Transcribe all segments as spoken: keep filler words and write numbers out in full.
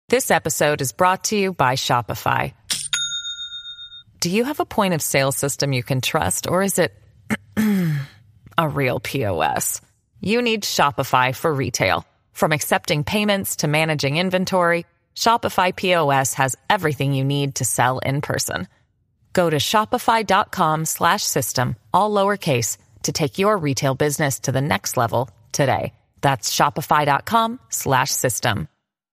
This episode is brought to you by Shopify. Do you have a point of sale system you can trust, or is it a real P O S? You need Shopify for retail. From accepting payments to managing inventory, Shopify P O S has everything you need to sell in person. Go to shopify.com slash system, all lowercase, to take your retail business to the next level today. That's shopify.com slash system.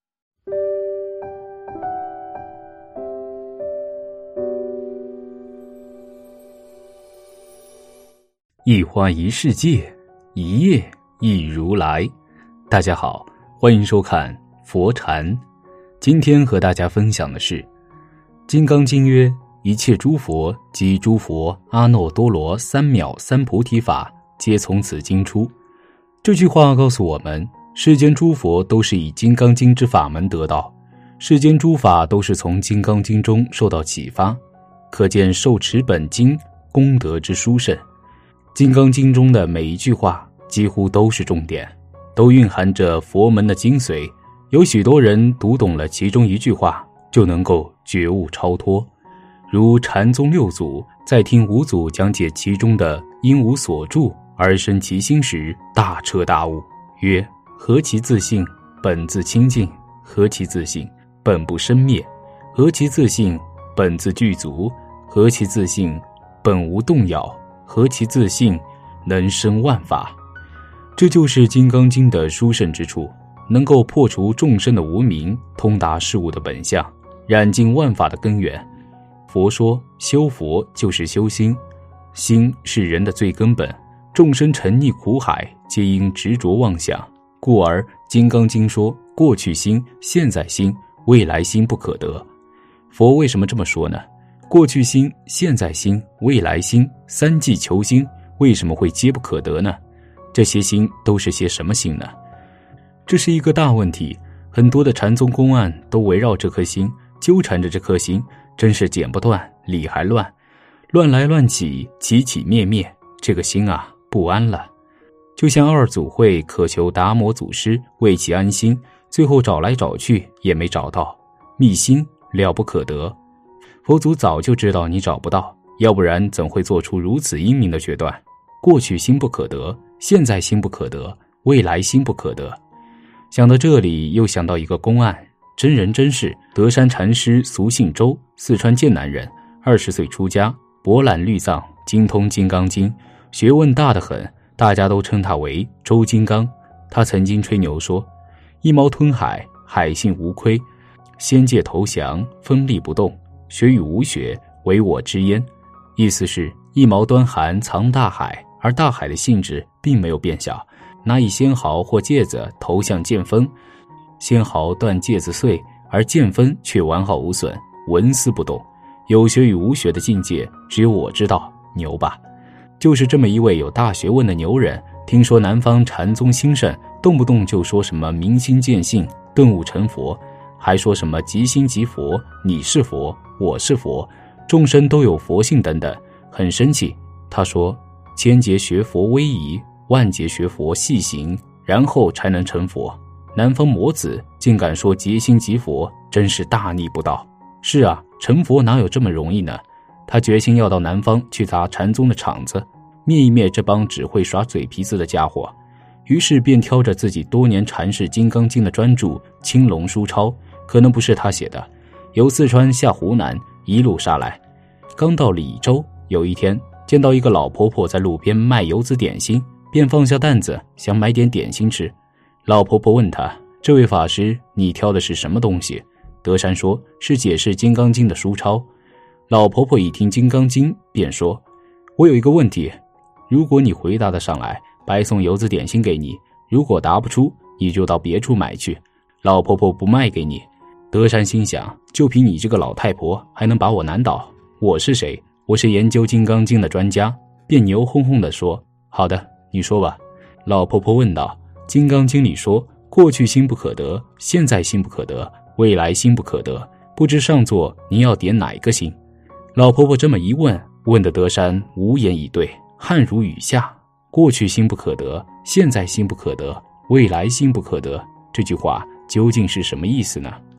一花一世界，一叶一如来。大家好，欢迎收看佛禅。今天和大家分享的是《金刚经》曰：一切诸佛及诸佛阿耨多罗三藐三菩提法，皆从此经出。这句话告诉我们，世间诸佛都是以金刚经之法门得道，世间诸法都是从金刚经中受到启发，可见受持本经功德之殊胜。金刚经中的每一句话几乎都是重点，都蕴含着佛门的精髓。有许多人读懂了其中一句话，就能够觉悟超脱。如禅宗六祖在听五祖讲解其中的因无所住而生其心时，大彻大悟，曰：何其自性，本自清净；何其自性，本不生灭；何其自性，本自具足；何其自性，本无动摇；何其自性，能生万法。这就是金刚经的殊胜之处，能够破除众生的无明，通达事物的本相，染尽万法的根源。佛说修佛就是修心，心是人的最根本，众生沉溺苦海，皆因执着妄想，故而金刚经说过去心、现在心、未来心不可得。佛为什么这么说呢？过去心、现在心、未来心，三际求心，为什么会皆不可得呢？这些心都是些什么心呢？这是一个大问题，很多的禅宗公案都围绕这颗心，纠缠着这颗心，真是剪不断，理还乱，乱来乱起，起起灭灭，这个心啊不安了。就像二祖慧渴求达摩祖师为其安心，最后找来找去也没找到，密心了不可得。佛祖早就知道你找不到，要不然怎会做出如此英明的决断？过去心不可得，现在心不可得，未来心不可得。想到这里，又想到一个公案，真人真事。德山禅师俗姓周，四川剑南人，二十岁出家，博览律藏，精通金刚经，学问大得很，大家都称他为周金刚。他曾经吹牛说，一毛吞海，海性无亏，仙界投降，锋利不动，学与无学，唯我之焉。意思是一毛端寒藏大海，而大海的性质并没有变小，拿以仙毫或芥子投向剑锋，仙毫断芥子碎，而剑锋却完好无损，纹丝不动。有学与无学的境界，只有我知道，牛吧。就是这么一位有大学问的牛人，听说南方禅宗兴盛，动不动就说什么明心见性，顿悟成佛，还说什么即心即佛，你是佛，我是佛，众生都有佛性等等，很生气。他说，千劫学佛威仪，万劫学佛细行，然后才能成佛。南方魔子竟敢说即心即佛，真是大逆不道。是啊，成佛哪有这么容易呢？他决心要到南方去砸禅宗的场子，灭一灭这帮只会耍嘴皮子的家伙。于是便挑着自己多年禅释金刚经的专著《青龙书抄》，可能不是他写的，由四川下湖南一路杀来。刚到李州，有一天见到一个老婆婆在路边卖油子点心，便放下担子想买点点心吃。老婆婆问他，这位法师，你挑的是什么东西？德山说，是解释金刚经的书抄。老婆婆一听金刚经，便说，我有一个问题，如果你回答得上来，白送油子点心给你，如果答不出，你就到别处买去，老婆婆不卖给你。德山心想，就凭你这个老太婆还能把我难倒？我是谁？我是研究金刚经的专家。便牛哄哄地说，好的，你说吧。老婆婆问道，金刚经里说，过去心不可得，现在心不可得，未来心不可得，不知上座您要点哪一个心？老婆婆这么一问，问得德山无言以对，汗如雨下。过去心不可得，现在心不可得，未来心不可得，这句话究竟是什么意思呢？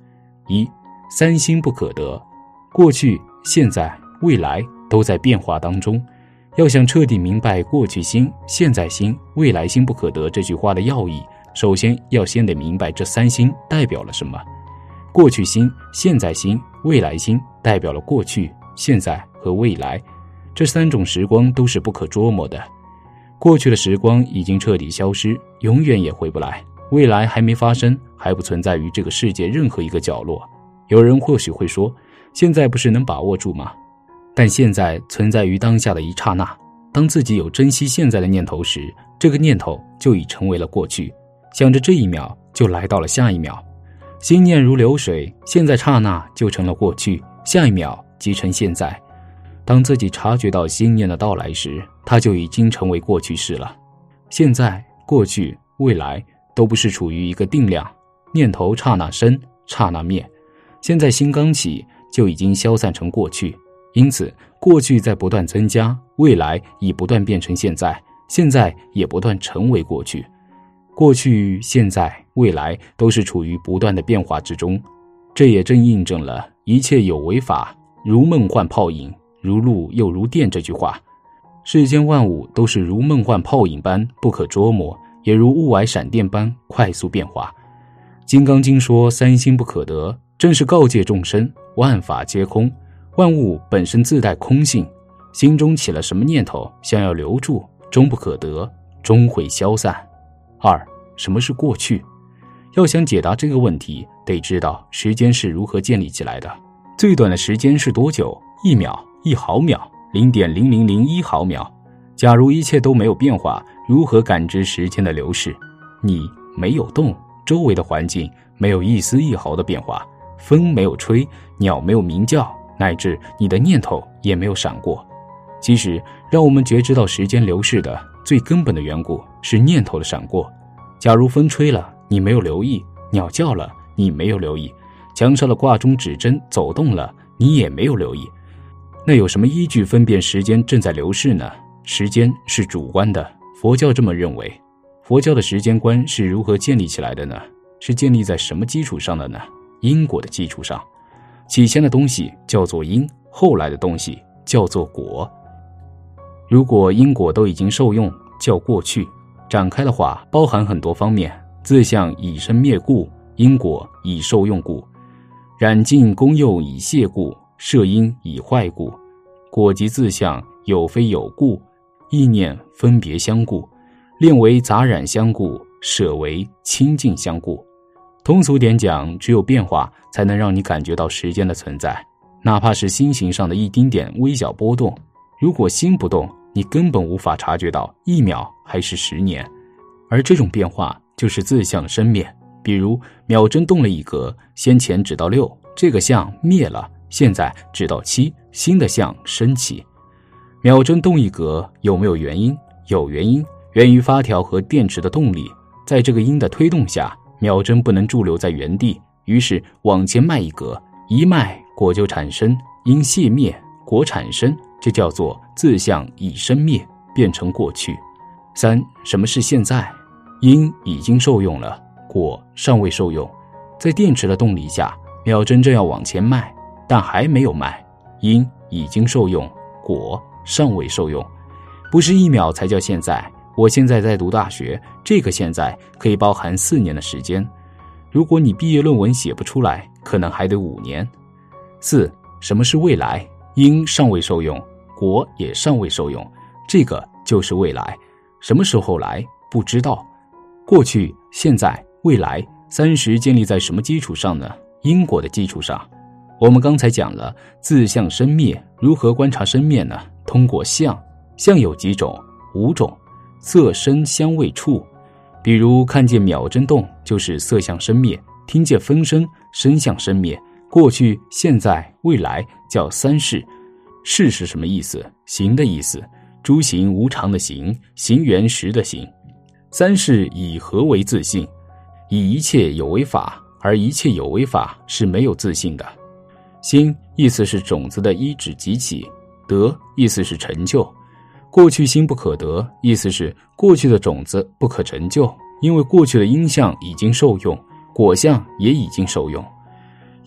一、三心不可得，过去、现在、未来都在变化当中。要想彻底明白过去心、现在心、未来心不可得这句话的要义，首先要先得明白这三心代表了什么。过去心、现在心、未来心代表了过去、现在和未来，这三种时光都是不可捉摸的。过去的时光已经彻底消失，永远也回不来，未来还没发生，还不存在于这个世界任何一个角落。有人或许会说，现在不是能把握住吗？但现在存在于当下的一刹那，当自己有珍惜现在的念头时，这个念头就已成为了过去，想着这一秒就来到了下一秒。心念如流水，现在刹那就成了过去，下一秒即成现在。当自己察觉到心念的到来时，它就已经成为过去式了。现在、过去、未来都不是处于一个定量，念头刹那生，刹那灭。现在心刚起，就已经消散成过去，因此过去在不断增加，未来已不断变成现在，现在也不断成为过去。过去、现在、未来都是处于不断的变化之中，这也正印证了一切有为法如梦幻泡影，如露又如电这句话。世间万物都是如梦幻泡影般不可捉摸，也如雾霭闪电般快速变化。金刚经说三心不可得，正是告诫众生万法皆空，万物本身自带空性，心中起了什么念头想要留住，终不可得，终会消散。二、什么是过去？要想解答这个问题，得知道时间是如何建立起来的。最短的时间是多久？一秒、一毫秒、零点零零零一毫秒。假如一切都没有变化，如何感知时间的流逝？你没有动，周围的环境没有一丝一毫的变化，风没有吹，鸟没有鸣叫，乃至你的念头也没有闪过。其实让我们觉知到时间流逝的最根本的缘故是念头的闪过。假如风吹了，你没有留意；鸟叫了，你没有留意；墙上的挂钟指针走动了，你也没有留意。那有什么依据分辨时间正在流逝呢？时间是主观的，佛教这么认为。佛教的时间观是如何建立起来的呢？是建立在什么基础上的呢？因果的基础上。起先的东西叫做因，后来的东西叫做果。如果因果都已经受用，叫过去。展开的话，包含很多方面，自相以生灭故，因果以受用故，染尽功用以谢故，摄因以坏故，果即自相有非有故，意念分别相故，炼为杂染相故，舍为清净相故。通俗点讲，只有变化才能让你感觉到时间的存在，哪怕是心形上的一丁点微小波动。如果心不动，你根本无法察觉到一秒还是十年，而这种变化就是自相的生灭。比如秒针动了一格，先前指到六，这个相灭了，现在指到七，新的相升起。秒针动一格有没有原因？有原因，源于发条和电池的动力。在这个因的推动下，秒针不能驻留在原地，于是往前迈一格，一迈果就产生，因熄灭果产生，这叫做自相已生灭，变成过去。三、什么是现在？因已经受用了，果尚未受用。在电池的动力下，秒针正要往前迈，但还没有迈，因已经受用，果尚未受用。不是一秒才叫现在。我现在在读大学，这个现在可以包含四年的时间。如果你毕业论文写不出来，可能还得五年。四、什么是未来？因尚未受用，果也尚未受用，这个就是未来。什么时候来？不知道。过去、现在、未来三时建立在什么基础上呢？因果的基础上。我们刚才讲了自相生灭，如何观察生灭呢？通过相。相有几种？五种。色声香味触，比如看见秒针动就是色相生灭，听见风声声相生灭。过去、现在、未来叫三世。世是什么意思？行的意思，诸行无常的行，行缘实的行。三世以何为自性？以一切有为法，而一切有为法是没有自性的。心意思是种子的依止即起，得意思是成就。过去心不可得，意思是过去的种子不可成就，因为过去的因相已经受用，果相也已经受用。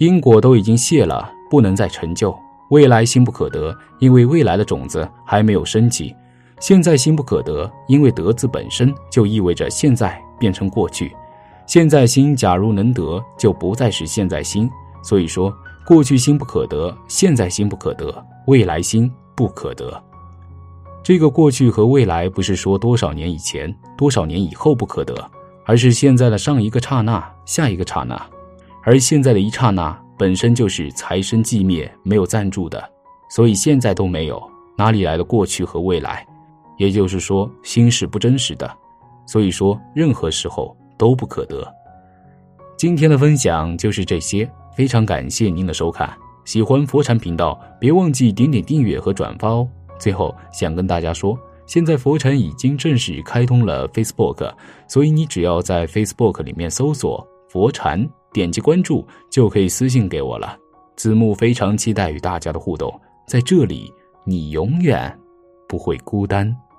因果都已经谢了，不能再成就。未来心不可得，因为未来的种子还没有升起。现在心不可得，因为得字本身就意味着现在变成过去。现在心假如能得，就不再是现在心。所以说，过去心不可得，现在心不可得，未来心不可得。这个过去和未来不是说多少年以前、多少年以后不可得，而是现在的上一个刹那、下一个刹那。而现在的一刹那本身就是财生寂灭，没有暂住的，所以现在都没有，哪里来的过去和未来？也就是说，心是不真实的，所以说任何时候都不可得。今天的分享就是这些，非常感谢您的收看。喜欢佛禅频道，别忘记点点订阅和转发哦。最后想跟大家说，现在佛禅已经正式开通了 Facebook， 所以你只要在 Facebook 里面搜索佛禅，点击关注就可以私信给我了。子木非常期待与大家的互动，在这里你永远不会孤单。